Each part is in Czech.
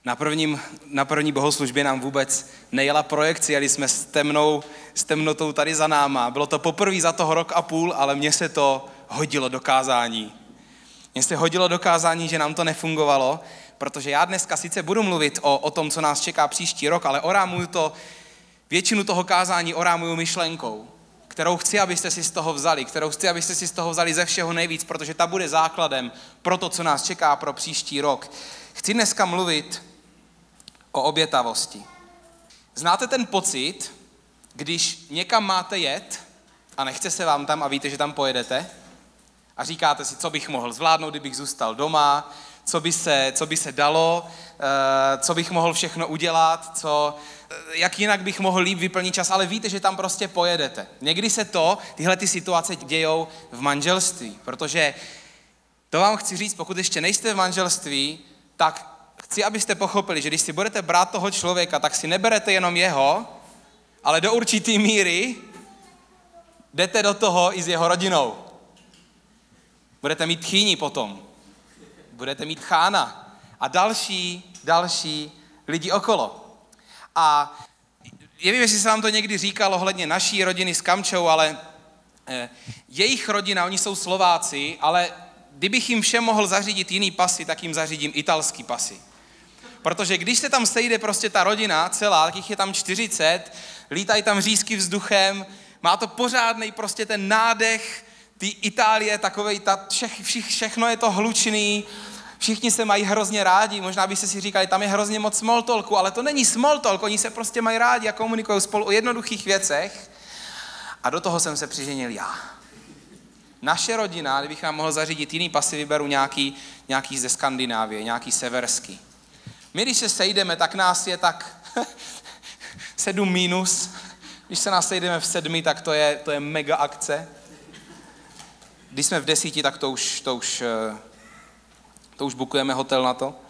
Na první bohoslužbě nám vůbec nejela projekce, jeli jsme s temnotou tady za náma. Bylo to poprvé za toho rok a půl, ale mně se to hodilo do kázání. Mně se hodilo do kázání, že nám to nefungovalo, protože já dneska sice budu mluvit o tom, co nás čeká příští rok, ale orámuju to, většinu toho kázání orámuju myšlenkou, kterou chci, abyste si z toho vzali, ze všeho nejvíc, protože ta bude základem pro to, co nás čeká pro příští rok. Chci dneska mluvit o obětavosti. Znáte ten pocit, když někam máte jet a nechce se vám tam a víte, že tam pojedete a říkáte si, co bych mohl zvládnout, kdybych zůstal doma, co by se dalo, co bych mohl všechno udělat, jak jinak bych mohl líp vyplnit čas, ale víte, že tam prostě pojedete. Někdy se tyhle situace dějou v manželství, protože to vám chci říct, pokud ještě nejste v manželství, tak chci, abyste pochopili, že když si budete brát toho člověka, tak si neberete jenom jeho, ale do určitý míry jdete do toho i s jeho rodinou. Budete mít tchýni potom. Budete mít chána a další lidi okolo. A nevím, jestli se vám to někdy říkalo ohledně naší rodiny s Kamčou, ale jejich rodina, oni jsou Slováci, ale kdybych jim všem mohl zařídit jiný pasy, tak jim zařídím italský pasy. Protože když se tam sejde prostě ta rodina celá, tak jich je tam 40, lítají tam řízky vzduchem, má to pořádnej prostě ten nádech, ty Itálie, takovej, všechno je to hlučný, všichni se mají hrozně rádi, možná byste si říkali, tam je hrozně moc small talku, ale to není small talk, oni se prostě mají rádi a komunikují spolu o jednoduchých věcech a do toho jsem se přiženil já. Naše rodina, kdybych nám mohl zařídit jiný pasy, vyberu nějaký ze Skandinávie, nějaký severský. My, když se sejdeme, tak nás je tak 7 minus. Když se nás sejdeme v 7, tak to je mega akce. Když jsme v 10, tak to už bukujeme hotel na to.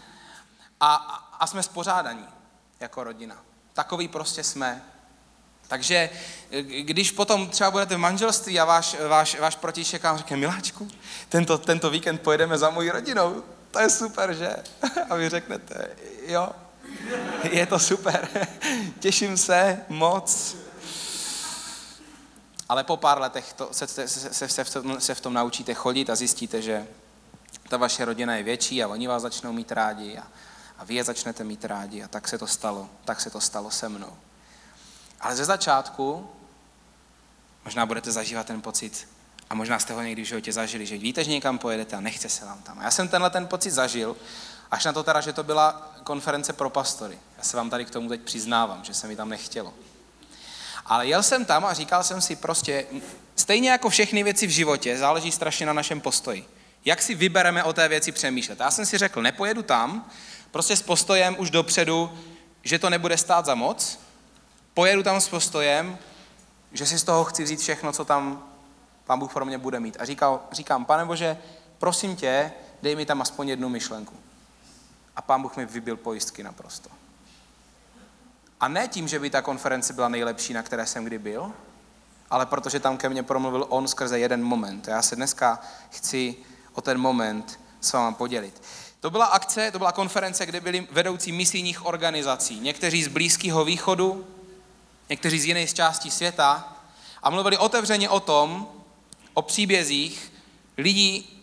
A jsme spořádaní jako rodina. Takový prostě jsme. Takže když potom třeba budete v manželství a váš protišek vám řekne, miláčku, tento víkend pojedeme za mojí rodinou, to je super, že? A vy řeknete, jo, je to super, těším se moc. Ale po pár letech se v tom naučíte chodit a zjistíte, že ta vaše rodina je větší a oni vás začnou mít rádi a vy je začnete mít rádi a tak se to stalo se mnou. Ale ze začátku možná budete zažívat ten pocit a možná jste ho někdy v životě zažili, že víte, že někam pojedete a nechce se vám tam. A já jsem ten pocit zažil, až na to teda, že to byla konference pro pastory. Já se vám tady k tomu teď přiznávám, že se mi tam nechtělo. Ale jel jsem tam a říkal jsem si prostě, stejně jako všechny věci v životě, záleží strašně na našem postoji. Jak si vybereme o té věci přemýšlet. Já jsem si řekl, nepojedu tam, prostě s postojem už dopředu, že to nebude stát za moc, pojedu tam s postojem, že si z toho chci vzít všechno, co tam Pán Bůh pro mě bude mít. A říkám, Pane Bože, prosím tě, dej mi tam aspoň jednu myšlenku. A Pán Bůh mi vybil pojistky naprosto. A ne tím, že by ta konference byla nejlepší, na které jsem kdy byl, ale protože tam ke mně promluvil on skrze jeden moment. Já se dneska chci o ten moment s váma podělit. To byla konference, kde byli vedoucí misijních organizací. Někteří z Blízkého východu, někteří z jiných částí světa a mluvili otevřeně o příbězích lidí,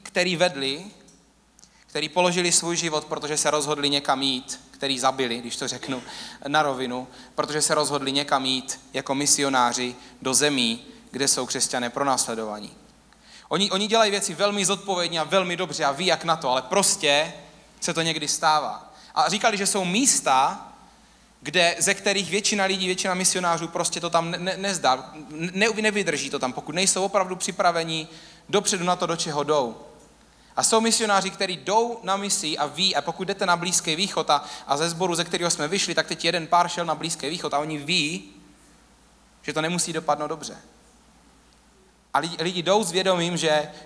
kteří položili svůj život, protože se rozhodli někam jít, který zabili, když to řeknu na rovinu, protože se rozhodli někam jít jako misionáři do zemí, kde jsou křesťané pronásledovaní. Oni dělají věci velmi zodpovědně a velmi dobře a ví jak na to, ale prostě se to někdy stává. A říkali, že jsou místa, ze kterých většina lidí, většina misionářů prostě to tam nezdá, nevydrží to tam, pokud nejsou opravdu připraveni dopředu na to, do čeho jdou. A jsou misionáři, kteří jdou na misi a ví, a pokud jdete na Blízký východ a ze sboru, ze kterého jsme vyšli, tak teď jeden pár šel na Blízký východ a oni ví, že to nemusí dopadnout dobře. A lidi jdou s vědomím,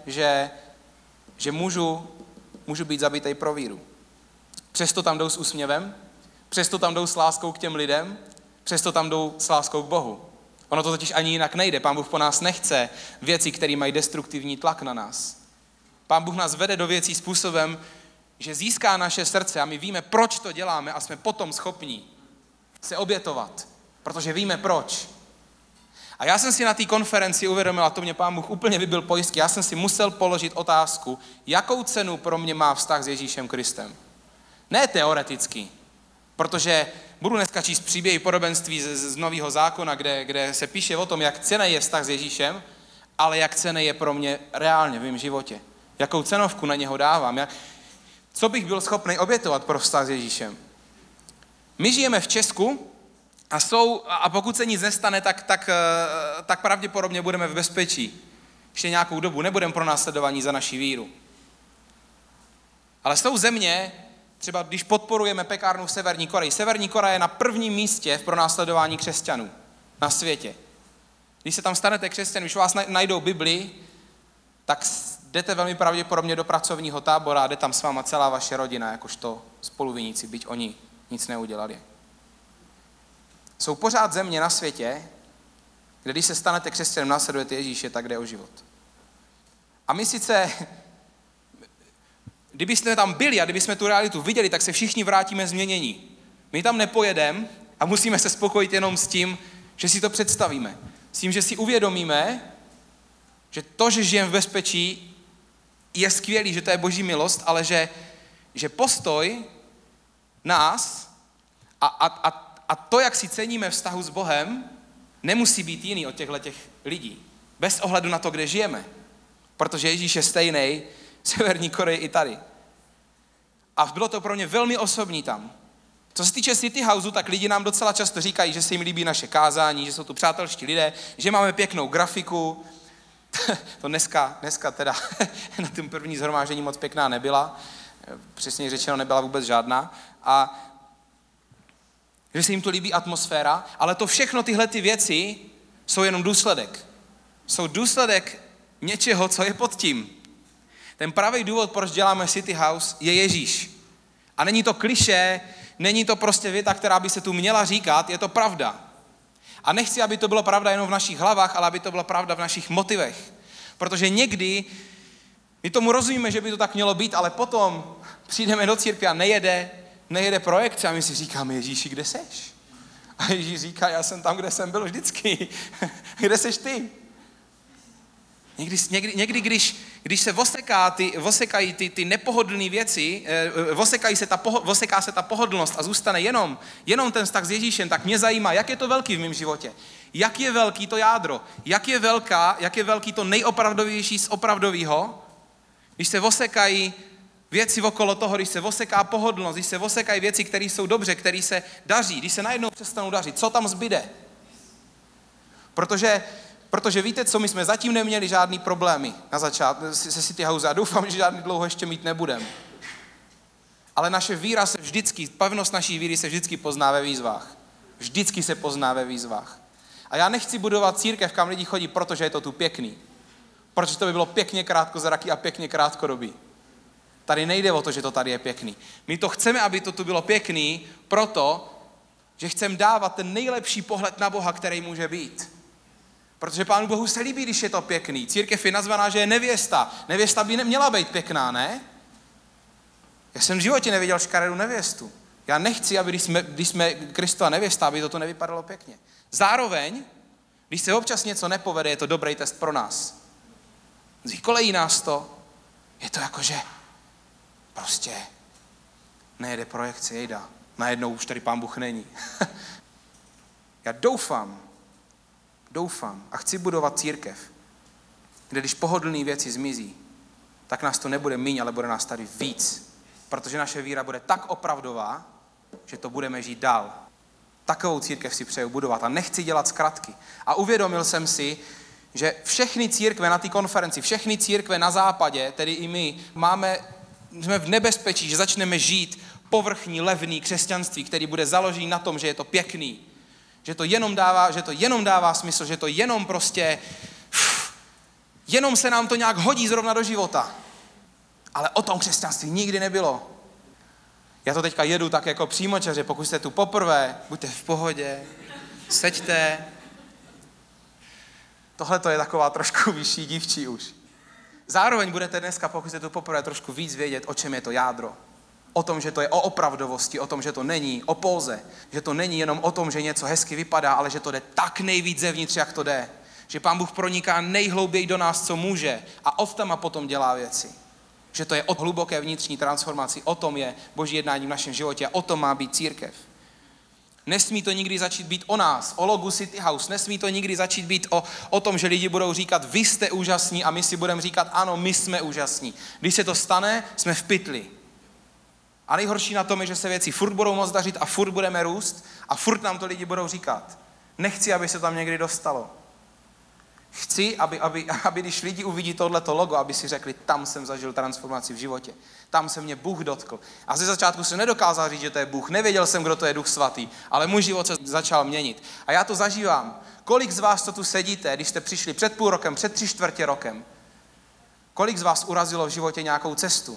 že můžu být zabitej pro víru. Přesto tam jdou s úsměvem, přesto tam jdou s láskou k těm lidem, přesto tam jdou s láskou k Bohu. Ono to totiž ani jinak nejde. Pán Bůh po nás nechce věci, které mají destruktivní tlak na nás. Pán Bůh nás vede do věcí způsobem, že získá naše srdce a my víme, proč to děláme a jsme potom schopní se obětovat, protože víme proč. A já jsem si na té konferenci uvědomil, a to mě Pán Bůh úplně vybil pojistky, já jsem si musel položit otázku, jakou cenu pro mě má vztah s Ježíšem Kristem. Ne teoreticky, protože budu dneska číst příběhy podobenství z Nového zákona, kde se píše o tom, jak cenný je vztah s Ježíšem, ale jak cenný je pro mě reálně v mém životě. Jakou cenovku na něho dávám, co bych byl schopný obětovat pro vztah s Ježíšem. My žijeme v Česku a pokud se nic nestane, tak pravděpodobně budeme v bezpečí. Ještě nějakou dobu nebudeme pronásledovaní za naši víru. Ale jsou země, třeba když podporujeme pekárnu v Severní Koreji. Severní Korea je na prvním místě v pronásledování křesťanů na světě. Když se tam stanete křesťanem, když vás najdou Biblii, tak jdete velmi pravděpodobně do pracovního tábora a jde tam s váma celá vaše rodina, jakožto spoluviníci, byť oni nic neudělali. Jsou pořád země na světě, kde když se stanete křesťanem, následujete Ježíše, tak jde o život. A my sice, kdybyste tam byli a kdybychom tu realitu viděli, tak se všichni vrátíme změnění. My tam nepojedeme a musíme se spokojit jenom s tím, že si to představíme. S tím, že si uvědomíme, že to, že žijeme v bezpečí, je skvělý, že to je boží milost, ale že postoj nás a to, jak si ceníme vztahu s Bohem, nemusí být jiný od těchto lidí. Bez ohledu na to, kde žijeme. Protože Ježíš je stejný v Severní Koreji i tady. A bylo to pro mě velmi osobní tam. Co se týče City Houseu, tak lidi nám docela často říkají, že se jim líbí naše kázání, že jsou tu přátelští lidé, že máme pěknou grafiku. To dneska teda na tom první shromáždění moc pěkná nebyla. Přesně řečeno, nebyla vůbec žádná. A že se jim to líbí atmosféra, ale to všechno tyhle ty věci jsou jenom důsledek. Jsou důsledek něčeho, co je pod tím. Ten pravý důvod, proč děláme City House, je Ježíš. A není to klišé, není to prostě věta, která by se tu měla říkat, je to pravda. A nechci, aby to bylo pravda jenom v našich hlavách, ale aby to byla pravda v našich motivech. Protože někdy my tomu rozumíme, že by to tak mělo být, ale potom přijdeme do církve a nejede projekce a my si říkáme, Ježíši, kde seš? A Ježíš říká, já jsem tam, kde jsem byl vždycky. Kde seš ty? Někdy když se osekají ty nepohodlné věci, oseká se ta pohodlnost a zůstane jenom ten vztah s Ježíšem, tak mě zajímá, jak je to velký v mém životě. Jak je velký to jádro? Jak je velký to nejopravdovější z opravdového? Když se osekají věci okolo toho, když se oseká pohodlnost, když se osekají věci, které jsou dobře, které se daří, když se najednou přestanou dařit, co tam zbyde? Protože víte co, my jsme zatím neměli žádný problémy na začátku se City House a doufám, že žádný dlouho ještě mít nebudeme. Ale naše víra se vždycky, pevnost naší víry se vždycky pozná ve výzvách. Vždycky se pozná ve výzvách. A já nechci budovat církev, kam lidi chodí, protože je to tu pěkný. Protože to by bylo pěkně krátkozraky a pěkně krátkodobý. Tady nejde o to, že to tady je pěkný. My to chceme, aby to tu bylo pěkný, proto, že chceme dávat ten nejlepší pohled na Boha, který může být. Protože Pánu Bohu se líbí, když je to pěkný. Církev je nazvaná, že je nevěsta. Nevěsta by neměla být pěkná, ne? Já jsem v životě neviděl škaredou nevěstu. Já nechci, aby když jsme Kristova nevěsta, aby to nevypadalo pěkně. Zároveň, když se občas něco nepovede, je to dobrý test pro nás. Kolejí nás to, je to jakože prostě nejede projekce, jejda. Najednou už tady Pán Bůh není. Já doufám a chci budovat církev, kde když pohodlné věci zmizí, tak nás to nebude míň, ale bude nás tady víc. Protože naše víra bude tak opravdová, že to budeme žít dál. Takovou církev si přeju budovat a nechci dělat zkratky. A uvědomil jsem si, že všechny církve na té konferenci, všechny církve na západě, tedy i my, jsme v nebezpečí, že začneme žít povrchní, levný křesťanství, který bude založený na tom, že je to pěkný, že to jenom dává smysl, že to jenom prostě, jenom se nám to nějak hodí zrovna do života. Ale o tom křesťanství nikdy nebylo. Já to teďka jedu tak jako přímočaře, pokud jste tu poprvé, buďte v pohodě, seďte. Tohle to je taková trošku vyšší dívčí už. Zároveň budete dneska, pokud jste tu poprvé, trošku víc vědět, o čem je to jádro. O tom, že to je o opravdovosti, o tom, že to není o póze, že to není jenom o tom, že něco hezky vypadá, ale že to jde tak nejvíc zevnitř, jak to jde. Že Pán Bůh proniká nejhlouběji do nás, co může a odtama potom dělá věci. Že to je o hluboké vnitřní transformaci, o tom je Boží jednání v našem životě a o tom má být církev. Nesmí to nikdy začít být o nás, o logu City House, nesmí to nikdy začít být o tom, že lidi budou říkat, vy jste úžasní a my si budeme říkat, ano, my jsme úžasní. Když se to stane, jsme v pytli. A nejhorší na tom je, že se věci furt budou moc dařit a furt budeme růst a furt nám to lidi budou říkat. Nechci, aby se tam někdy dostalo. Chci, aby když lidi uvidí tohleto logo, aby si řekli, tam jsem zažil transformaci v životě. Tam se mě Bůh dotkl. A ze začátku jsem nedokázal říct, že to je Bůh. Nevěděl jsem, kdo to je Duch Svatý, ale můj život se začal měnit. A já to zažívám. Kolik z vás, co tu sedíte, když jste přišli před půl rokem, před 3/4 rokem, kolik z vás urazilo v životě nějakou cestu?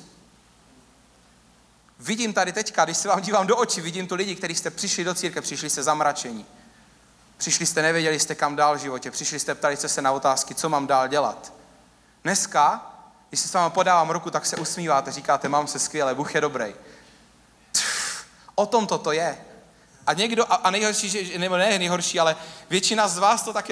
Vidím tady teďka, když se vám dívám do očí, vidím tu lidi, kteří jste přišli do církve, přišli jste zamračení. Přišli jste, nevěděli jste, kam dál v životě. Přišli jste, ptali jste se na otázky, co mám dál dělat. Dneska, když se s vámi podávám ruku, tak se usmíváte, říkáte, mám se skvěle, Bůh je dobrý. O tom to je. A někdo, a nejhorší, nebo ne nejhorší, ale většina z vás to tak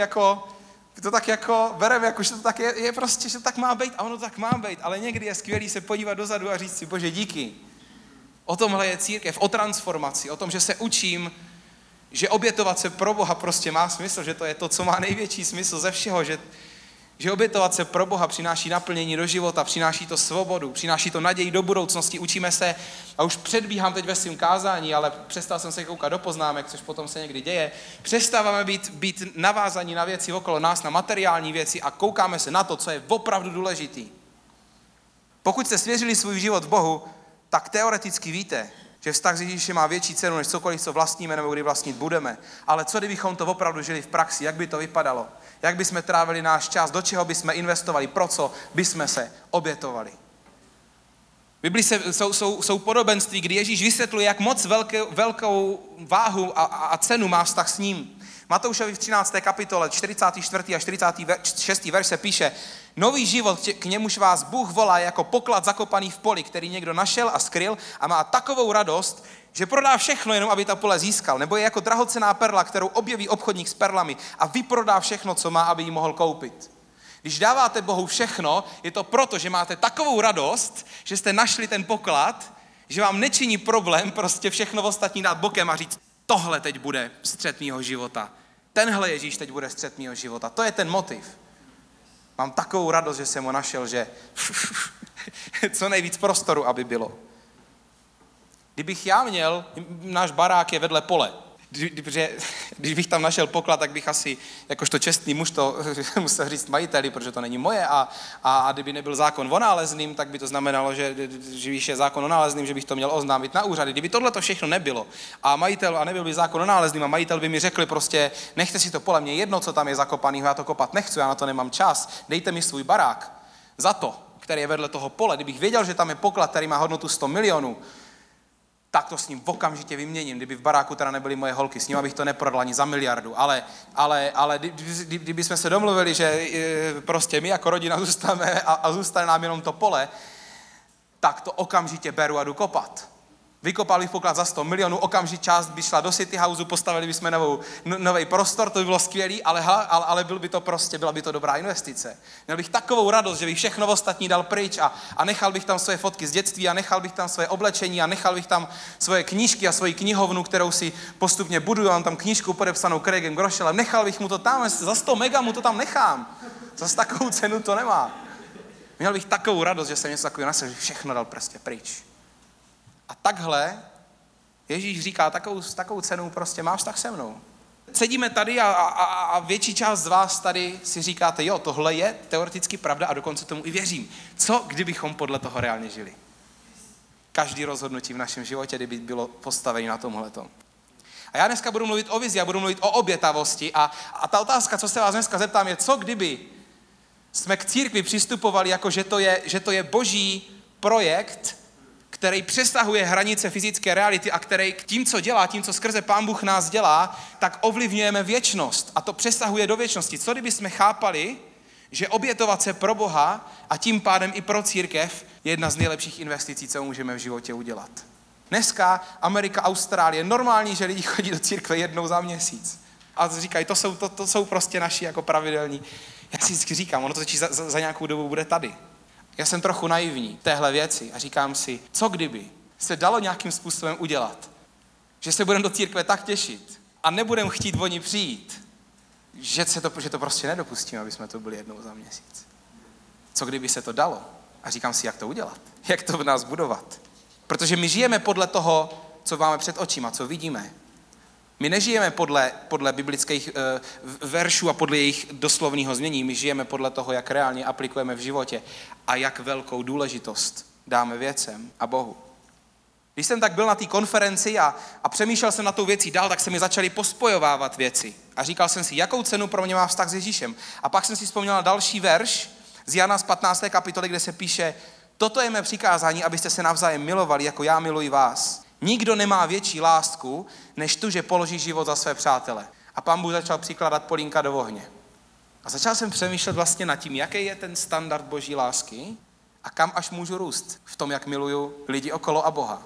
jako bereme, jako, že to tak je prostě, že to tak má být a ono to tak má být. Ale někdy je skvělý se podívat dozadu a říct si, Bože, díky. O tomhle je církev, o transformaci, o tom, že se učím, že obětovat se pro Boha prostě má smysl, že to je to, co má největší smysl ze všeho, že obětovat se pro Boha přináší naplnění do života, přináší to svobodu, přináší to naději do budoucnosti, učíme se, a už předbíhám teď ve svým kázání, ale přestal jsem se koukat do poznámek, což potom se někdy děje, přestáváme být navázaní na věci okolo nás, na materiální věci a koukáme se na to, co je opravdu důležitý. Pokud jste svěřili svůj život Bohu, tak teoreticky víte, že vztah s Ježíšem má větší cenu, než cokoliv, co vlastníme nebo kdy vlastnit budeme. Ale co kdybychom to opravdu žili v praxi? Jak by to vypadalo? Jak bychom trávili náš čas? Do čeho bychom investovali? Pro co bychom se obětovali? V Biblii jsou podobenství, kdy Ježíš vysvětluje, jak moc velkou váhu a cenu má vztah s ním. Matoušovi v 13. kapitole 44. a 46. verš se píše: Nový život, k němuž vás Bůh volá jako poklad zakopaný v poli, který někdo našel a skryl a má takovou radost, že prodá všechno jenom, aby ta pole získal. Nebo je jako drahocenná perla, kterou objeví obchodník s perlami a vyprodá všechno, co má, aby ji mohl koupit. Když dáváte Bohu všechno, je to proto, že máte takovou radost, že jste našli ten poklad, že vám nečiní problém prostě všechno ostatní dát bokem a říct, tohle teď bude střed mýho života. Tenhle Ježíš teď bude střed mýho života. To je ten motiv. Mám takovou radost, že jsem ho našel, že co nejvíc prostoru, aby bylo. Kdybych já měl, náš barák je vedle pole, když bych tam našel poklad, tak bych asi, jakožto čestný muž, to musel říct majiteli, protože to není moje a kdyby nebyl zákon o nálezným, tak by to znamenalo, že když je zákon o nálezným, že bych to měl oznámit na úřady. Kdyby tohle to všechno nebylo a nebyl by zákon o nálezným a majitel by mi řekl prostě, nechte si to pole, mě jedno, co tam je zakopanýho, já to kopat nechci, já na to nemám čas, dejte mi svůj barák za to, který je vedle toho pole. Kdybych věděl, že tam je poklad, který má hodnotu 100 milionů, tak to s ním okamžitě vyměním. Kdyby v baráku teda nebyly moje holky, s ním bych to neprodal ani za miliardu. Ale kdyby jsme se domluvili, že prostě my jako rodina zůstaneme a zůstane nám jenom to pole, tak to okamžitě beru a jdu kopat. Vykopal bych poklad za 100 milionů, okamžitě část by šla do City Houseu, postavili bychom nový prostor, to by bylo skvělý, ale byla by to dobrá investice. Měl bych takovou radost, že bych všechno ostatní dal pryč a nechal bych tam své fotky z dětství a nechal bych tam své oblečení a nechal bych tam svoje knížky a svoji knihovnu, kterou si postupně buduju, mám tam knížku podepsanou Craigem Groeschelem, nechal bych mu to tam, za 100 mega mu to tam nechám. Zas takovou cenu to nemá. Měl bych takovou radost, že jsem něco takového nasel, že všechno dal prostě pryč. A takhle Ježíš říká, takovou cenu prostě má vztah se mnou. Sedíme tady a větší část z vás tady si říkáte, jo, tohle je teoreticky pravda a dokonce tomu i věřím. Co, kdybychom podle toho reálně žili? Každý rozhodnutí v našem životě, kdyby bylo postavené na tomhletom. A já dneska budu mluvit o vizi, já budu mluvit o obětavosti a ta otázka, co se vás dneska zeptám, je, co kdyby jsme k církvi přistupovali jako, že to je boží projekt, který přesahuje hranice fyzické reality a který tím, co dělá, tím, co skrze Pán Bůh nás dělá, tak ovlivňujeme věčnost a to přesahuje do věčnosti. Co kdyby jsme chápali, že obětovat se pro Boha a tím pádem i pro církev je jedna z nejlepších investicí, co můžeme v životě udělat. Dneska Amerika, Austrálie, normální, že lidi chodí do církve jednou za měsíc. A říkají, to jsou prostě naši jako pravidelní. Já si vždycky říkám, ono to za nějakou dobu bude tady. Já jsem trochu naivní v téhle věci a říkám si, co kdyby se dalo nějakým způsobem udělat, že se budeme do církve tak těšit a nebudeme chtít oni přijít, že to prostě nedopustíme, aby jsme to byli jednou za měsíc. Co kdyby se to dalo? A říkám si, jak to udělat? Jak to v nás budovat? Protože my žijeme podle toho, co máme před očima, co vidíme. My nežijeme podle biblických veršů a podle jejich doslovného znění. My žijeme podle toho, jak reálně aplikujeme v životě a jak velkou důležitost dáme věcem a Bohu. Když jsem tak byl na té konferenci a přemýšlel jsem na tou věcí dál, tak se mi začaly pospojovávat věci. A říkal jsem si, jakou cenu pro mě má vztah s Ježíšem. A pak jsem si vzpomněl na další verš z Jana z 15. kapitoly, kde se píše, toto je mé přikázání, abyste se navzájem milovali, jako já miluji vás. Nikdo nemá větší lásku, než tu, že položí život za své přátele. A Pán Bůh začal přikládat polínka do ohně. A začal jsem přemýšlet vlastně nad tím, jaký je ten standard boží lásky a kam až můžu růst v tom, jak miluju lidi okolo a Boha.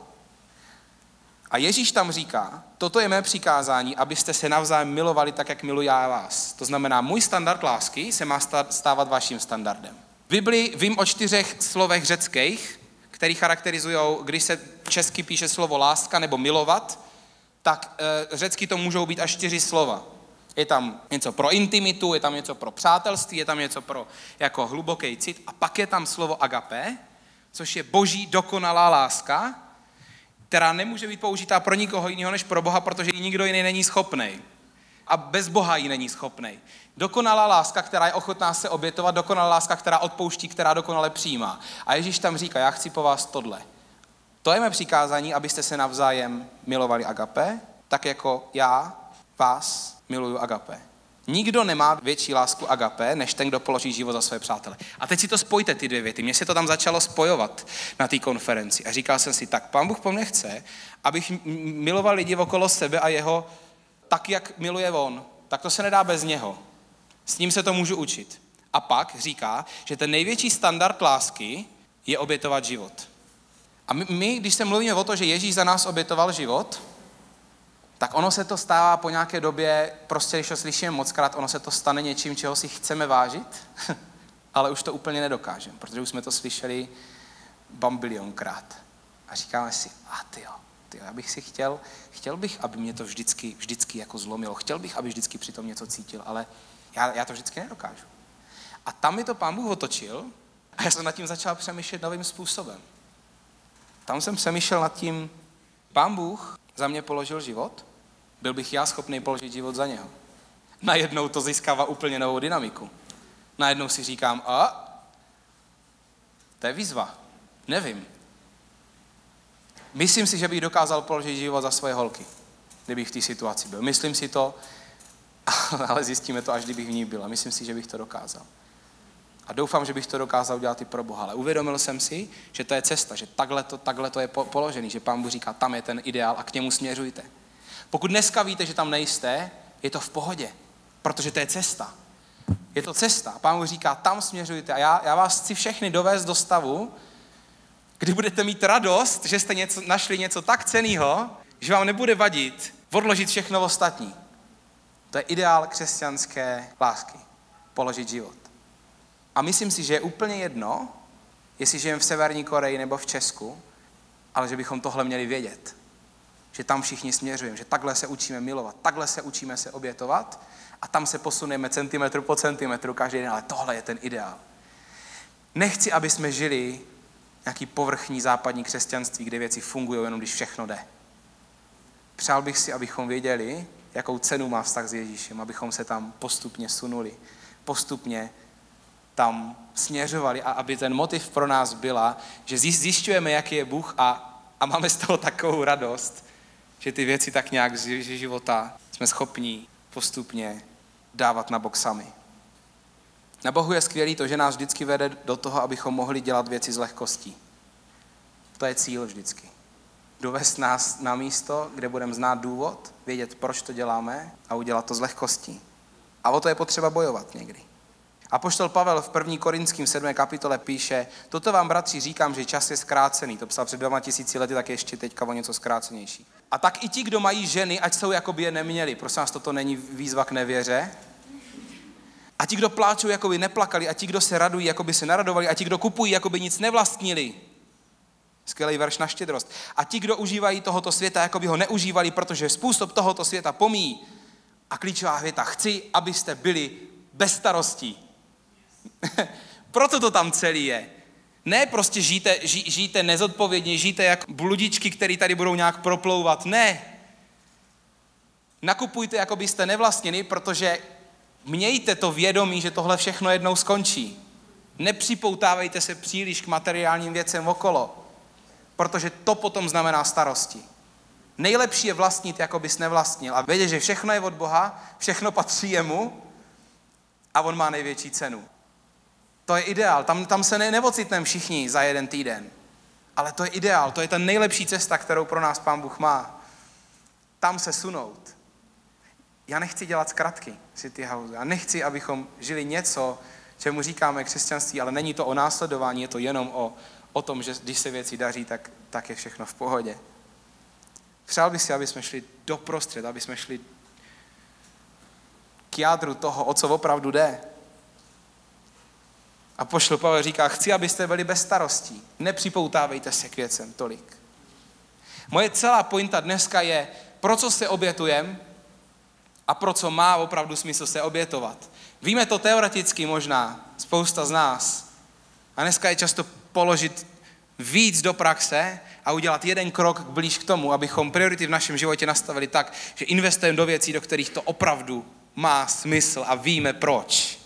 A Ježíš tam říká, toto je mé přikázání, abyste se navzájem milovali tak, jak miluji já vás. To znamená, můj standard lásky se má stávat vaším standardem. V Biblii vím o 4 slovech řeckých, který charakterizují, když se česky píše slovo láska nebo milovat, tak řecky to můžou být až 4 slova. Je tam něco pro intimitu, je tam něco pro přátelství, je tam něco pro jako hluboký cit a pak je tam slovo agape, což je boží dokonalá láska, která nemůže být použitá pro nikoho jiného než pro Boha, protože ji nikdo jiný není schopnej. A bez Boha ji není schopnej. Dokonalá láska, která je ochotná se obětovat, dokonalá láska, která odpouští, která dokonale přijímá. A Ježíš tam říká, já chci po vás tohle. To je mé přikázání, abyste se navzájem milovali agape, tak jako já vás miluju agape. Nikdo nemá větší lásku agape, než ten, kdo položí život za své přátele. A teď si to spojte, ty 2 věty. Mně se to tam začalo spojovat na té konferenci. A říkal jsem si, tak Pán Bůh po mně chce, abych miloval lidi okolo sebe a jeho tak, jak miluje on. Tak to se nedá bez něho. S ním se to můžu učit. A pak říká, že ten největší standard lásky je obětovat život. A my, když se mluvíme o to, že Ježíš za nás obětoval život, tak ono se to stává po nějaké době, prostě když to slyšíme mockrát, ono se to stane něčím, čeho si chceme vážit, ale už to úplně nedokážeme, protože už jsme to slyšeli bambilionkrát. A říkáme si, tyjo, já bych si chtěl bych, aby mě to vždycky jako zlomilo, chtěl bych, aby vždycky při tom něco cítil, ale já to vždycky nedokážu. A tam mi to Pán Bůh otočil a já jsem nad tím začal přemýšlet novým způsobem. Tam jsem přemýšlel nad tím, Pán Bůh za mě položil život, byl bych já schopný položit život za něho. Najednou to získává úplně novou dynamiku. Najednou si říkám, to je výzva, nevím. Myslím si, že bych dokázal položit život za svoje holky, kdybych v té situaci byl. Myslím si to, ale zjistíme to, až kdybych v ní byl. A myslím si, že bych to dokázal. A doufám, že bych to dokázal udělat i pro Boha. Ale uvědomil jsem si, že to je cesta, že takhle to je položený, že Pán Bůh říká, tam je ten ideál a k němu směřujte. Pokud dneska víte, že tam nejste, je to v pohodě, protože to je cesta. Je to cesta. Pán Bůh říká, tam směřujte. A já vás chci všechny dovést do stavu, kdy budete mít radost, že jste našli něco tak cenného, že vám nebude vadit odložit všechno ostatní. To je ideál křesťanské lásky. Položit život. A myslím si, že je úplně jedno, jestli žijeme v Severní Koreji nebo v Česku, ale že bychom tohle měli vědět. Že tam všichni směřujeme, že takhle se učíme milovat, takhle se učíme se obětovat a tam se posuneme centimetr po centimetru každý den, ale tohle je ten ideál. Nechci, aby jsme žili nějaký povrchní západní křesťanství, kde věci fungují jenom, když všechno jde. Přál bych si, abychom věděli, jakou cenu má vztah s Ježíšem, abychom se tam postupně sunuli, postupně tam směřovali a aby ten motiv pro nás byla, že zjišťujeme, jaký je Bůh a máme z toho takovou radost, že ty věci tak nějak z života jsme schopni postupně dávat na bok sami. Na Bohu je skvělý to, že nás vždycky vede do toho, abychom mohli dělat věci s lehkostí. To je cíl vždycky. Dovést nás na místo, kde budeme znát důvod, vědět, proč to děláme a udělat to s lehkostí. A o to je potřeba bojovat někdy. Apoštol Pavel v 1. Korinským 7. kapitole píše: toto vám, bratři, říkám, že čas je zkrácený. To psal před 2000 lety, tak ještě teďka o něco zkrácenější. A tak i ti, kdo mají ženy, ať jsou, jako by je neměli. Prosím vás, toto není výzva k nevěře. A ti, kdo pláčou, jako by neplakali, a ti, kdo se radují, jako by se naradovali, a ti, kdo kupují, jako by nic nevlastnili. Skvělý verš na štědrost. A ti, kdo užívají tohoto světa, jako by ho neužívali, protože způsob tohoto světa pomíjí. A klíčová věta: chci, abyste byli bez starostí. Proto to tam celý je. Ne prostě žijte nezodpovědně, žijte jak bludičky, který tady budou nějak proplouvat. Ne. Nakupujte, jako byste nevlastnili, protože mějte to vědomí, že tohle všechno jednou skončí. Nepřipoutávejte se příliš k materiálním věcem okolo, protože to potom znamená starosti. Nejlepší je vlastnit, jako bys nevlastnil, a vědět, že všechno je od Boha, všechno patří jemu a on má největší cenu. To je ideál, tam se neocitneme všichni za jeden týden, ale to je ideál, to je ta nejlepší cesta, kterou pro nás Pán Bůh má. Tam se sunout. Já nechci dělat zkratky, City House. Já nechci, abychom žili něco, čemu říkáme křesťanství, ale není to o následování, je to jenom o tom, že když se věci daří, tak je všechno v pohodě. Přál bych si, aby jsme šli doprostřed, aby jsme šli k jádru toho, o co opravdu jde. A apoštol Pavel říká: chci, abyste byli bez starostí. Nepřipoutávejte se k věcem tolik. Moje celá pointa dneska je, pro co se obětujeme a pro co má opravdu smysl se obětovat. Víme to teoreticky možná, spousta z nás. A dneska je často položit víc do praxe a udělat jeden krok blíž k tomu, abychom priority v našem životě nastavili tak, že investujeme do věcí, do kterých to opravdu má smysl a víme proč.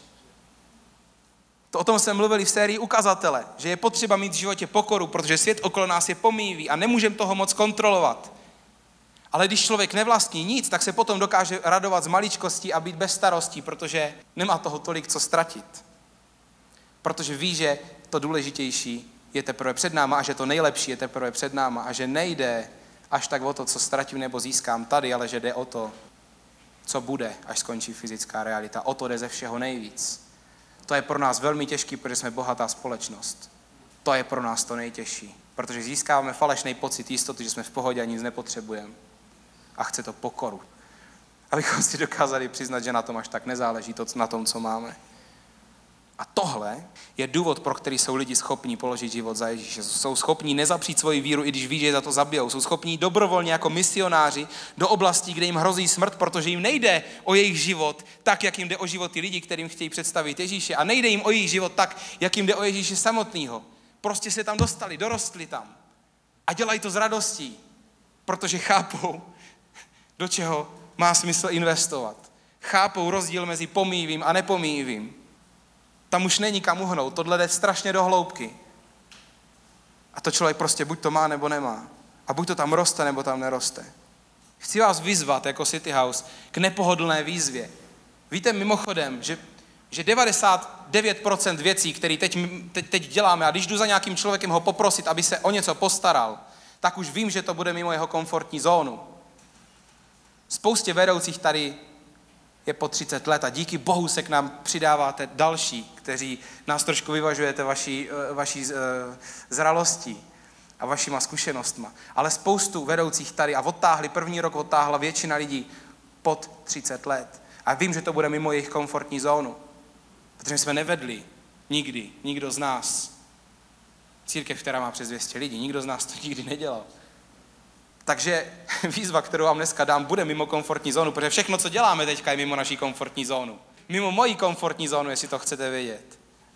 O tom jsme mluvili v sérii Ukazatele, že je potřeba mít v životě pokoru, protože svět okolo nás je pomíjivý a nemůžeme toho moc kontrolovat. Ale když člověk nevlastní nic, tak se potom dokáže radovat z maličkostí a být bez starostí, protože nemá toho tolik co ztratit. Protože ví, že to důležitější je teprve před náma a že to nejlepší je teprve před náma a že nejde až tak o to, co ztratím nebo získám tady, ale že jde o to, co bude, až skončí fyzická realita. O to jde ze všeho nejvíc. To je pro nás velmi těžký, protože jsme bohatá společnost. To je pro nás to nejtěžší, protože získáváme falešný pocit jistoty, že jsme v pohodě a nic nepotřebujeme. A chce to pokoru. Abychom si dokázali přiznat, že na tom až tak nezáleží, na tom, co máme. A tohle je důvod, pro který jsou lidi schopní položit život za Ježíše. Jsou schopní nezapřít svoji víru, i když ví, že je za to zabijou. Jsou schopní dobrovolně jako misionáři do oblastí, kde jim hrozí smrt, protože jim nejde o jejich život tak, jak jim jde o životy lidí, kterým chtějí představit Ježíše. A nejde jim o jejich život tak, jak jim jde o Ježíše samotného. Prostě se tam dostali, dorostli tam. A dělají to s radostí, protože chápou, do čeho má smysl investovat. Chápou rozdíl mezi pomíjivým a nepomíjivým. Tam už není kam uhnout, tohle jde strašně do hloubky. A to člověk prostě buď to má, nebo nemá. A buď to tam roste, nebo tam neroste. Chci vás vyzvat jako City House k nepohodlné výzvě. Víte mimochodem, že 99% věcí, které teď děláme, a když jdu za nějakým člověkem ho poprosit, aby se o něco postaral, tak už vím, že to bude mimo jeho komfortní zónu. Spoustě vedoucích tady je po 30 let a díky Bohu se k nám přidáváte další, kteří nás trošku vyvažujete vaší zralostí a vašima zkušenostma. Ale spoustu vedoucích tady a první rok odtáhla většina lidí pod 30 let. A vím, že to bude mimo jejich komfortní zónu, protože jsme nevedli nikdo z nás církev, která má přes 200 lidí, nikdo z nás to nikdy nedělal. Takže výzva, kterou vám dneska dám, bude mimo komfortní zónu, protože všechno, co děláme teďka, je mimo naší komfortní zónu. Mimo moji komfortní zónu, jestli to chcete vědět.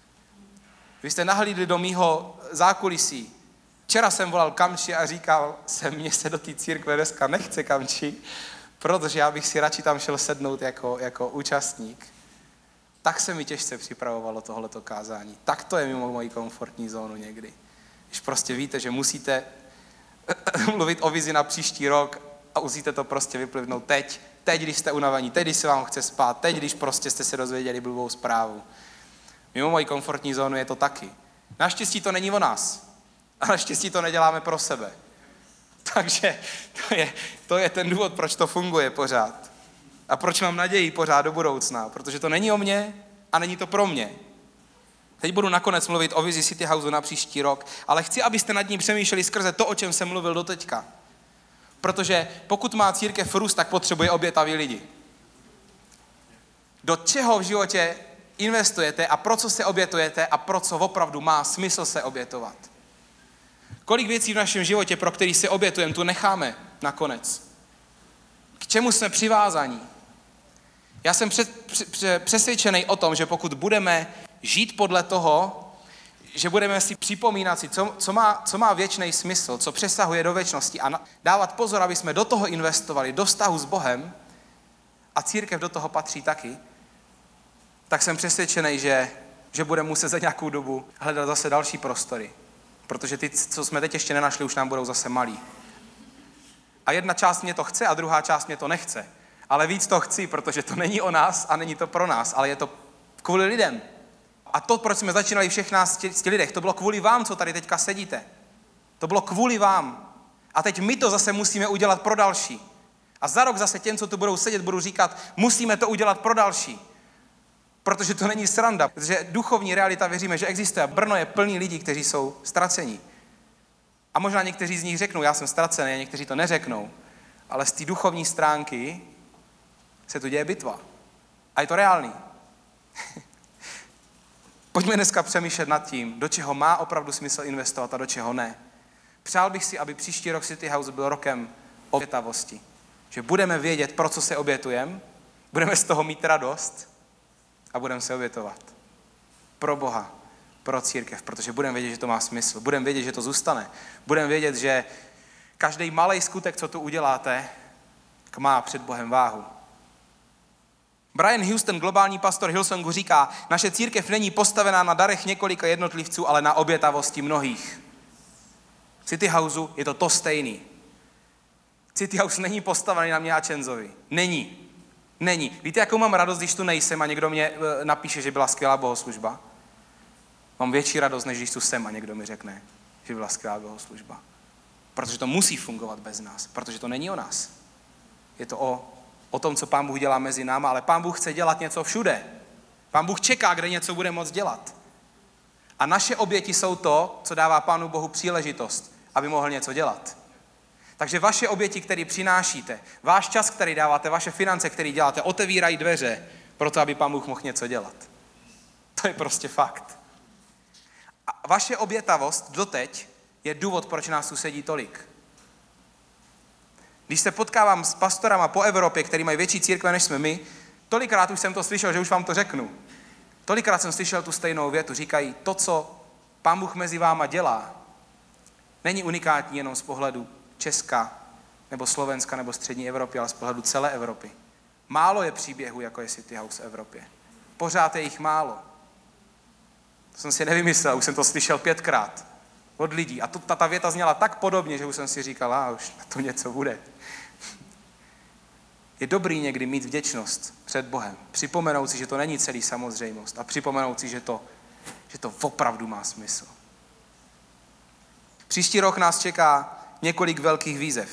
Vy jste nahlídli do mýho zákulisí. Včera jsem volal Kamči a říkal jsem, mně se do té církve dneska nechce, Kamči, protože já bych si radši tam šel sednout jako účastník. Tak se mi těžce připravovalo tohleto kázání. Tak to je mimo moji komfortní zónu někdy. Když prostě víte, že musíte mluvit o vizi na příští rok a musíte to prostě vyplivnout teď, když jste unavení, teď, když se vám chce spát, teď, když prostě jste se dozvěděli blbou zprávu. Mimo moji komfortní zónu je to taky. Naštěstí to není o nás. A naštěstí to neděláme pro sebe. Takže to je ten důvod, proč to funguje pořád. A proč mám naději pořád do budoucna. Protože to není o mně a není to pro mě. Teď budu nakonec mluvit o vizi City Houseu na příští rok, ale chci, abyste nad ní přemýšleli skrze to, o čem jsem mluvil doteďka. Protože pokud má církev růst, tak potřebuje obětaví lidi. Do čeho v životě investujete a pro co se obětujete a pro co opravdu má smysl se obětovat. Kolik věcí v našem životě, pro který se obětujeme, tu necháme nakonec. K čemu jsme přivázaní? Já jsem přesvědčený o tom, že pokud budeme žít podle toho, že budeme si připomínat si, co má věčný smysl, co přesahuje do věčnosti a dávat pozor, aby jsme do toho investovali, do vztahu s Bohem a církev do toho patří taky, tak jsem přesvědčený, že budeme muset za nějakou dobu hledat zase další prostory. Protože ty, co jsme teď ještě nenašli, už nám budou zase malí. A jedna část mě to chce a druhá část mě to nechce. Ale víc to chci, protože to není o nás a není to pro nás, ale je to kvůli lidem. A to, proč jsme začínali všech nás těch lidech, to bylo kvůli vám, co tady teďka sedíte. To bylo kvůli vám. A teď my to zase musíme udělat pro další. A za rok zase těm, co tu budou sedět, budu říkat, musíme to udělat pro další. Protože to není sranda. Protože duchovní realita věříme, že existuje. Brno je plný lidí, kteří jsou ztracení. A možná někteří z nich řeknou, já jsem ztracený, a někteří to neřeknou. Ale z té duchovní stránky se tu děje bitva. A je to reálný. Pojďme dneska přemýšlet nad tím, do čeho má opravdu smysl investovat a do čeho ne. Přál bych si, aby příští rok City House byl rokem obětavosti. Že budeme vědět, pro co se obětujeme, budeme z toho mít radost a budeme se obětovat. Pro Boha, pro církev, protože budeme vědět, že to má smysl. Budeme vědět, že to zůstane. Budeme vědět, že každý malej skutek, co tu uděláte, má před Bohem váhu. Brian Houston, globální pastor Hillsongu, říká, naše církev není postavená na darech několika jednotlivců, ale na obětavosti mnohých. City Houseu je to stejný. City House není postavený na mě a Čenzovi. Není. Víte, jakou mám radost, když tu nejsem a někdo mě napíše, že byla skvělá bohoslužba? Mám větší radost, než když tu jsem a někdo mi řekne, že byla skvělá bohoslužba. Protože to musí fungovat bez nás, protože to není o nás. Je to o tom, co Pán Bůh dělá mezi náma, ale Pán Bůh chce dělat něco všude. Pán Bůh čeká, kde něco bude moct dělat. A naše oběti jsou to, co dává Pánu Bohu příležitost, aby mohl něco dělat. Takže vaše oběti, které přinášíte, váš čas, který dáváte, vaše finance, které děláte, otevírají dveře pro to, aby Pán Bůh mohl něco dělat. To je prostě fakt. A vaše obětavost doteď je důvod, proč nás tu sedí tolik. Když se potkávám s pastorama po Evropě, který mají větší církve, než jsme my, tolikrát už jsem to slyšel, že už vám to řeknu. Tolikrát jsem slyšel tu stejnou větu. Říkají, to, co Pán Bůh mezi váma dělá, není unikátní jenom z pohledu Česka, nebo Slovenska, nebo střední Evropy, ale z pohledu celé Evropy. Málo je příběhů, jako je City House v Evropě. Pořád je jich málo. To jsem si nevymyslel, už jsem to slyšel 5krát od lidí. A ta věta zněla tak podobně, že už jsem si říkal, už na to něco bude. Je dobrý někdy mít vděčnost před Bohem. Připomenout si, že to není celý samozřejmost. A připomenout si, že to opravdu má smysl. Příští rok nás čeká několik velkých výzev.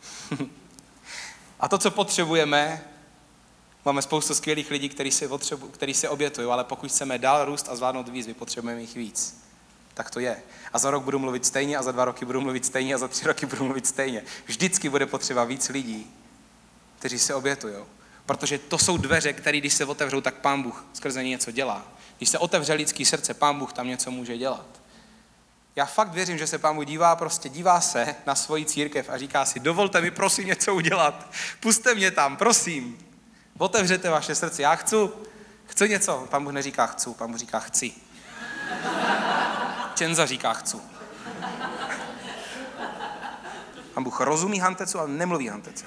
A to, co potřebujeme, máme spoustu skvělých lidí, kteří se obětují, ale pokud chceme dál růst a zvládnout výzvy, potřebujeme jich víc. Tak to je. A za rok budu mluvit stejně, a za 2 roky budu mluvit stejně, a za 3 roky budu mluvit stejně. Vždycky bude potřeba víc lidí, kteří se obětují. Protože to jsou dveře, které když se otevřou, tak Pán Bůh skrze ně něco dělá. Když se otevře lidský srdce, Pán Bůh tam něco může dělat. Já fakt věřím, že se Pán Bůh dívá se na svoji církev a říká si, dovolte mi prosím něco udělat. Pusťte mě tam, prosím. Otevřete vaše srdce. Já chci něco. Pán Bůh neříká chci, Pán Bůh říká chci. Čenza říká chci. Pán Bůh rozumí Hantecu, ale nemluví Hantece.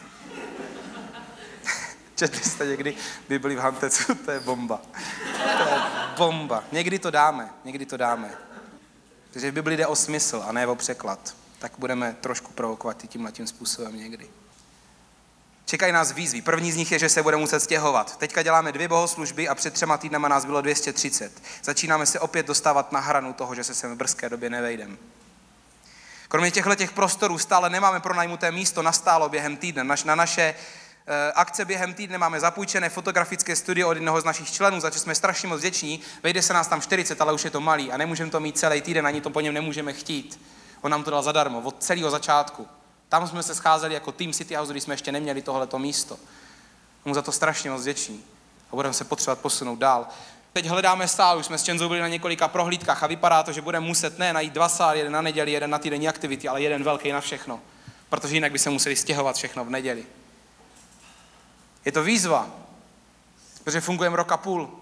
Četli jste někdy Bibli v Hantecu? To je bomba. To je bomba. Někdy to dáme. Takže v Bibli jde o smysl a ne o překlad. Tak budeme trošku provokovat i tímhletím způsobem někdy. Čekají nás výzvy. První z nich je, že se bude muset stěhovat. Teďka děláme 2 bohoslužby a před 3 týdnama nás bylo 230. Začínáme se opět dostávat na hranu toho, že se sem v brzké době nevejdeme. Kromě těchto prostorů stále nemáme pronajmuté místo nastálo během týdne. Na naše akce během týdne, máme zapůjčené fotografické studio od jednoho z našich členů, za co jsme strašně moc vděční. Vejde se nás tam 40, ale už je to malý a nemůžeme to mít celý týden, ani to po něm nemůžeme chtít. On nám to dal zadarmo, od celého začátku. Tam jsme se scházeli jako tým City House, když jsme ještě neměli tohleto místo. Mu za to strašně moc vděční a budeme se potřebovat posunout dál. Teď hledáme sál, už jsme s Čenzou byli na několika prohlídkách a vypadá to, že budeme muset najít 2 sály, jeden na neděli, jeden na týdenní aktivity, ale jeden velký na všechno. Protože jinak by se museli stěhovat všechno v neděli. Je to výzva, protože fungujeme 1,5 roku.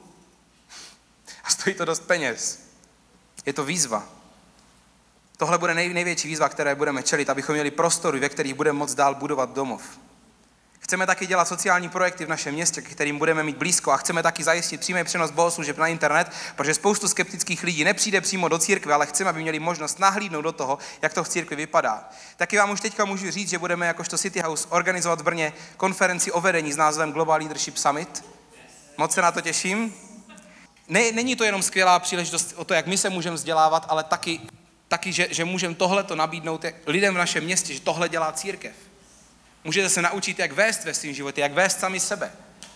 A stojí to dost peněz. Je to výzva. Tohle bude největší výzva, které budeme čelit, abychom měli prostory, ve kterých budeme moct dál budovat domov. Chceme taky dělat sociální projekty v našem městě, kterým budeme mít blízko a chceme taky zajistit přímý přenos bohoslužeb na internet, protože spoustu skeptických lidí nepřijde přímo do církve, ale chceme, aby měli možnost nahlídnout do toho, jak to v církvi vypadá. Taky vám už teďka můžu říct, že budeme jakožto City House organizovat v Brně konferenci o vedení s názvem Global Leadership Summit. Moc se na to těším. Není to jenom skvělá příležitost o to, jak my se můžeme vzdělávat, ale taky že můžeme tohleto nabídnout lidem v našem městě, že tohle dělá církev. Můžete se naučit, jak vést ve svém životě, jak vést sami sebe.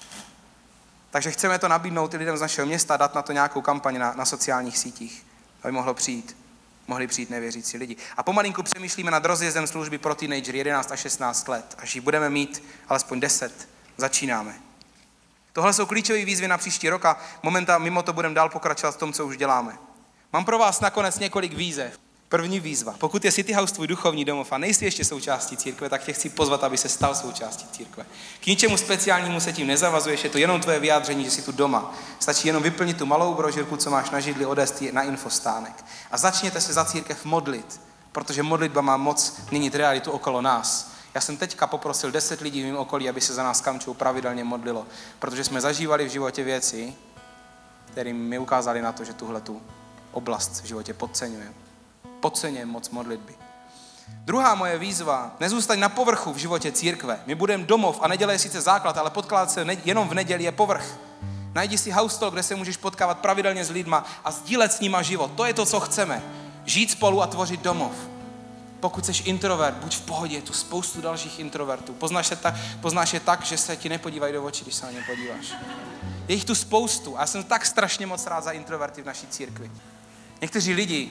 Takže chceme to nabídnout i lidem z našeho města, dát na to nějakou kampaň na sociálních sítích, aby mohli přijít nevěřící lidi. A pomalinku přemýšlíme nad rozjezdem služby pro teenagery 11 až 16 let. Až jich budeme mít alespoň 10, začínáme. Tohle jsou klíčové výzvy na příští rok a mimo to budeme dál pokračovat v tom, co už děláme. Mám pro vás nakonec několik výzev. První výzva. Pokud je City House tvůj duchovní domov a nejsi ještě součástí církve, tak tě chci pozvat, aby se stal součástí církve. K ničemu speciálnímu se tím nezavazuješ, je to jenom tvoje vyjádření, že jsi tu doma. Stačí jenom vyplnit tu malou brožurku, co máš na židli, odést ji na infostánek. A začněte se za církev modlit, protože modlitba má moc měnit realitu okolo nás. Já jsem teďka poprosil 10 lidí v mém okolí, aby se za nás Kamčou pravidelně modlilo, protože jsme zažívali v životě věci, které mi ukázali na to, že tuhletu oblast v životě podceňujeme. Podceňujeme moc modlitby. Druhá moje výzva, nezůstaň na povrchu v životě církve. My budeme domov a neděle je sice základ, ale potkávat se jenom v neděli je povrch. Najdi si house talk, kde se můžeš potkávat pravidelně s lidma a sdílet s nima život. To je to, co chceme. Žít spolu a tvořit domov. Pokud jsi introvert, buď v pohodě, je tu spoustu dalších introvertů. Poznáš je tak, že se ti nepodívají do očí, když se na ně podíváš. Je jich tu spoustu a já jsem tak strašně moc rád za introverty v naší církvi. Někteří lidi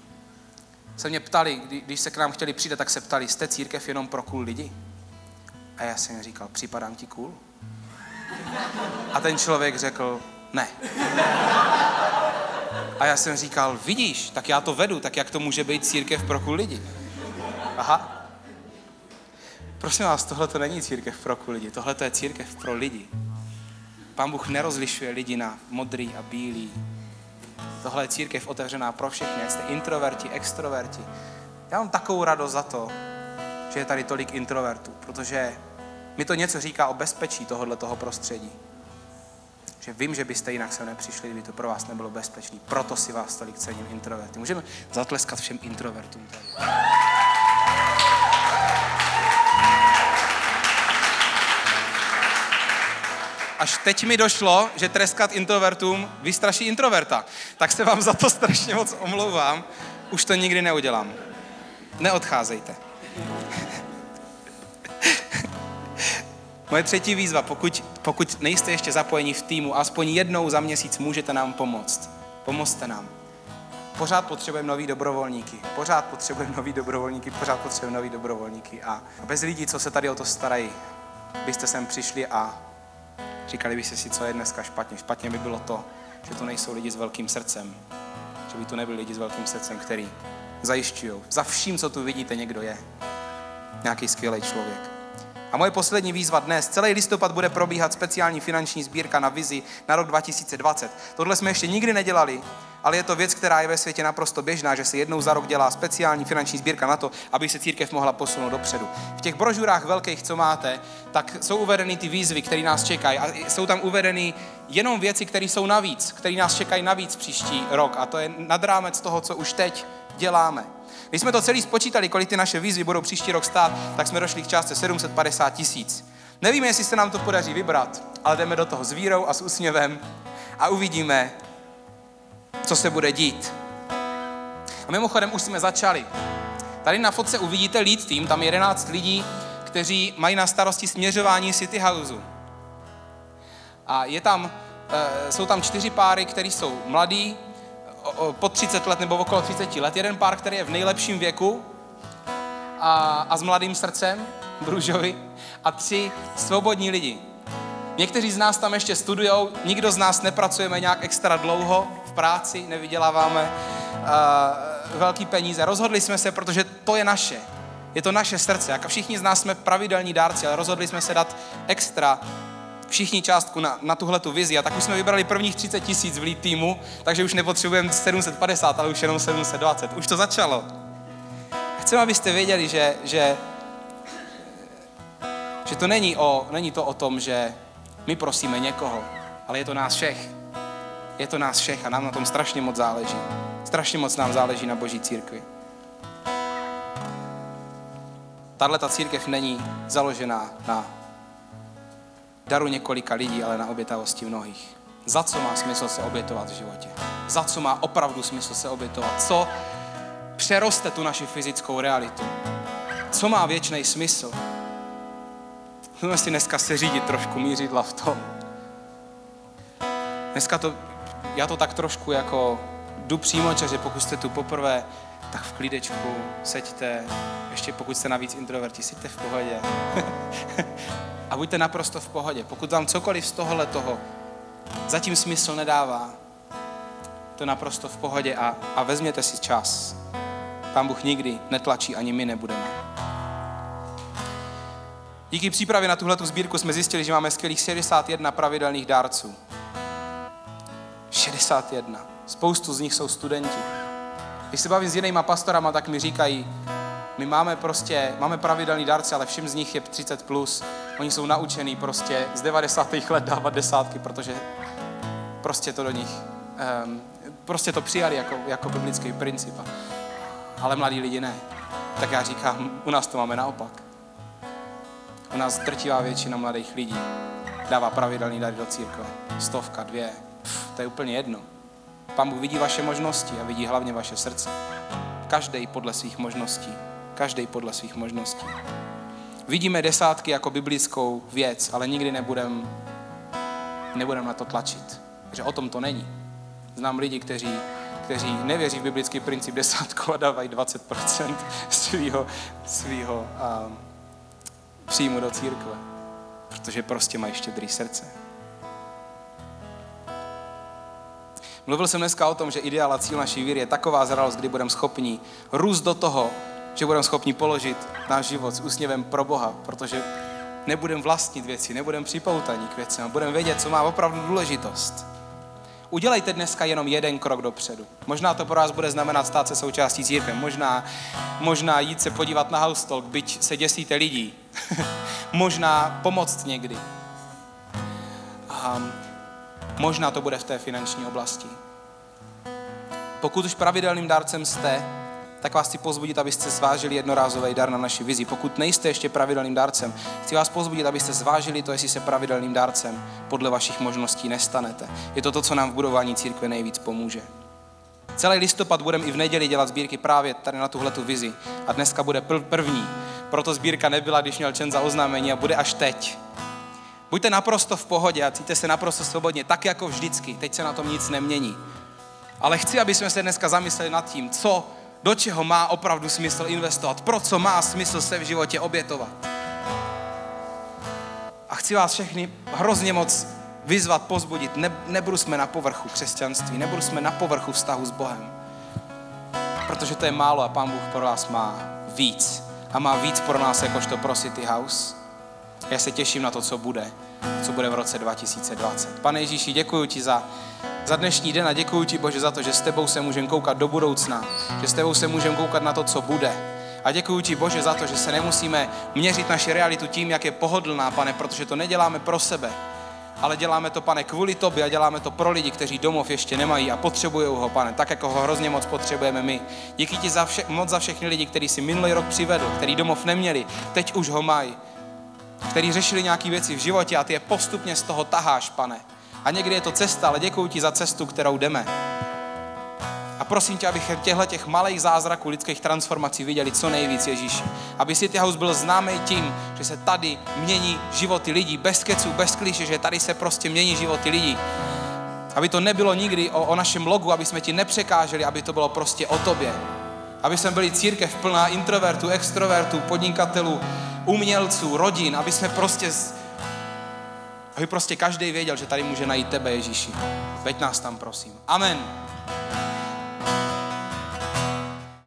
se mě ptali, když se k nám chtěli přidat, tak se ptali, jste církev jenom pro cool lidi? A já jsem jim říkal, připadám ti cool? A ten člověk řekl, ne. A já jsem říkal, vidíš, tak já to vedu, tak jak to může být církev pro cool lidi? Aha. Prosím vás, tohle to není církev pro cool lidi, tohle to je církev pro lidi. Pán Bůh nerozlišuje lidi na modrý a bílý. Tohle je církev otevřená pro všechny, jste introverti, extroverti. Já mám takovou radost za to, že je tady tolik introvertů, protože mi to něco říká o bezpečí tohoto prostředí. Že vím, že byste jinak sem nepřišli, kdyby to pro vás nebylo bezpečný. Proto si vás tolik cením introverty. Můžeme zatleskat všem introvertům tady. Až teď mi došlo, že treskat introvertům vystraší introverta. Tak se vám za to strašně moc omlouvám. Už to nikdy neudělám. Neodcházejte. Moje třetí výzva, pokud nejste ještě zapojeni v týmu, aspoň jednou za měsíc můžete nám pomoct. Pomozte nám. Pořád potřebujeme nový dobrovolníky. Pořád potřebujeme nový dobrovolníky. A bez lidí, co se tady o to starají, byste sem přišli a říkali byste si, co je dneska špatně. Špatně by bylo to, že tu nejsou lidi s velkým srdcem. Že by tu nebyli lidi s velkým srdcem, který zajišťují. Za vším, co tu vidíte, někdo je. Nějaký skvělý člověk. A moje poslední výzva dnes. Celý listopad bude probíhat speciální finanční sbírka na vizi na rok 2020. Tohle jsme ještě nikdy nedělali, ale je to věc, která je ve světě naprosto běžná, že se jednou za rok dělá speciální finanční sbírka na to, aby se církev mohla posunout dopředu. V těch brožurách velkých, co máte, tak jsou uvedeny ty výzvy, které nás čekají. A jsou tam uvedeny jenom věci, které jsou navíc, které nás čekají navíc příští rok. A to je nad rámec toho, co už teď děláme. Když jsme to celý spočítali, kolik ty naše výzvy budou příští rok stát, tak jsme došli k částce 750 000. Nevíme, jestli se nám to podaří vybrat, ale jdeme do toho s vírou a s úsměvem a uvidíme, co se bude dít. A mimochodem už jsme začali. Tady na fotce uvidíte lead team, tam 11 lidí, kteří mají na starosti směřování City Houseu. A jsou tam 4 páry, který jsou mladí, po 30 let nebo okolo 30 let. Jeden pár, který je v nejlepším věku a s mladým srdcem, Bružovi, a 3 svobodní lidi. Někteří z nás tam ještě studujou, nikdo z nás nepracujeme nějak extra dlouho v práci, nevyděláváme velký peníze. Rozhodli jsme se, protože to je naše. Je to naše srdce. Jako všichni z nás jsme pravidelní dárci, ale rozhodli jsme se dát extra všichni částku na tuhletu vizi. A tak už jsme vybrali prvních 30 000 v lead týmu, takže už nepotřebujeme 750, ale už jenom 720. Už to začalo. Chceme, abyste věděli, že to není to o tom, že my prosíme někoho, ale je to nás všech. Je to nás všech a nám na tom strašně moc záleží. Strašně moc nám záleží na Boží církvi. Tahleta církev není založená na daru několika lidí, ale na obětavosti mnohých. Za co má smysl se obětovat v životě? Za co má opravdu smysl se obětovat? Co přeroste tu naši fyzickou realitu? Co má věčný smysl? Můžeme si dneska se řídit trošku mířidla v tom. Dneska já to tak trošku jako jdu přímočaře, pokud jste tu poprvé, tak v klídečku seďte, ještě pokud jste navíc introverti, seďte v pohodě. A buďte naprosto v pohodě. Pokud vám cokoliv z toho zatím smysl nedává, to naprosto v pohodě a vezměte si čas. Pán Bůh nikdy netlačí, ani my nebudeme. Díky přípravě na tuhletu sbírku jsme zjistili, že máme skvělých 61 pravidelných dárců. 61. Spoustu z nich jsou studenti. Když se bavím s jinýma pastorama, tak mi říkají, my máme pravidelný dárce, ale všem z nich je 30+. Oni jsou naučený prostě z 90. let dávat desátky, protože prostě to do nich, prostě to přijali jako biblický princip. Ale mladí lidi ne. Tak já říkám, u nás to máme naopak. U nás drtivá většina mladých lidí dává pravidelný dary do církve. 100, 2, to je úplně jedno. Pán Bůh vidí vaše možnosti a vidí hlavně vaše srdce. Každej podle svých možností. Každej podle svých možností. Vidíme desátky jako biblickou věc, ale nikdy nebudeme na to tlačit. Že o tom to není. Znám lidi, kteří nevěří v biblický princip desátku a dávají 20% svýho příjmu do církve. Protože prostě mají štědrý srdce. Mluvil jsem dneska o tom, že ideál a cíl naší víry je taková zralost, kdy budeme schopni růst do toho, že budeme schopni položit náš život s úsměvem pro Boha, protože nebudeme vlastnit věci, nebudeme připoutaní k věcem, budeme vědět, co má opravdu důležitost. Udělejte dneska jenom jeden krok dopředu. Možná to pro vás bude znamenat stát se součástí církve, možná jít se podívat na House Talk, byť se děsíte lidí, možná pomoct někdy. Možná to bude v té finanční oblasti. Pokud už pravidelným dárcem jste, tak vás chci pozbudit, abyste zvážili jednorázový dar na naši vizi. Pokud nejste ještě pravidelným dárcem, chci vás pozbudit, abyste zvážili to, jestli se pravidelným dárcem podle vašich možností nestanete. Je to, co nám v budování církve nejvíc pomůže. Celý listopad budeme i v neděli dělat sbírky právě tady na tuhletu vizi. A dneska bude první. Proto sbírka nebyla, když měl Čen za oznámení a bude až teď. Buďte naprosto v pohodě a cítíte se naprosto svobodně, tak jako vždycky. Teď se na tom nic nemění. Ale chci, aby jsme se dneska zamysleli nad tím, do čeho má opravdu smysl investovat, pro co má smysl se v životě obětovat. A chci vás všechny hrozně moc vyzvat, pozbudit. Nebudu jsme na povrchu křesťanství, nebudu jsme na povrchu vztahu s Bohem. Protože to je málo a Pán Bůh pro nás má víc. A má víc pro nás jakožto pro City House. Já se těším na to, co bude v roce 2020. Pane Ježíši, děkuji ti za dnešní den a děkuji ti, Bože, za to, že s tebou se můžeme koukat do budoucna, že s tebou se můžeme koukat na to, co bude. A děkuji ti, Bože, za to, že se nemusíme měřit naši realitu tím, jak je pohodlná, Pane, protože to neděláme pro sebe, ale děláme to, Pane, kvůli tobě a děláme to pro lidi, kteří domov ještě nemají a potřebují ho, Pane, tak jako ho hrozně moc potřebujeme my. Díky ti moc za všechny lidi, kteří si minulý rok přivedl, kteří domov neměli, teď už ho mají, kteří řešili nějaké věci v životě a ty je postupně z toho taháš, Pane. A někdy je to cesta, ale děkuji ti za cestu, kterou jdeme. A prosím tě, abych těch malých zázraků lidských transformací viděli co nejvíc, Ježíši. Aby City House byl známý tím, že se tady mění životy lidí, bez keců, bez klišé, že tady se prostě mění životy lidí. Aby to nebylo nikdy o našem logu, aby jsme ti nepřekáželi, aby to bylo prostě o tobě. Aby jsme byli církev plná introvertů, extrovertů, podnikatelů, umělců, rodin, aby prostě každý věděl, že tady může najít tebe, Ježíši. Veď nás tam, prosím. Amen.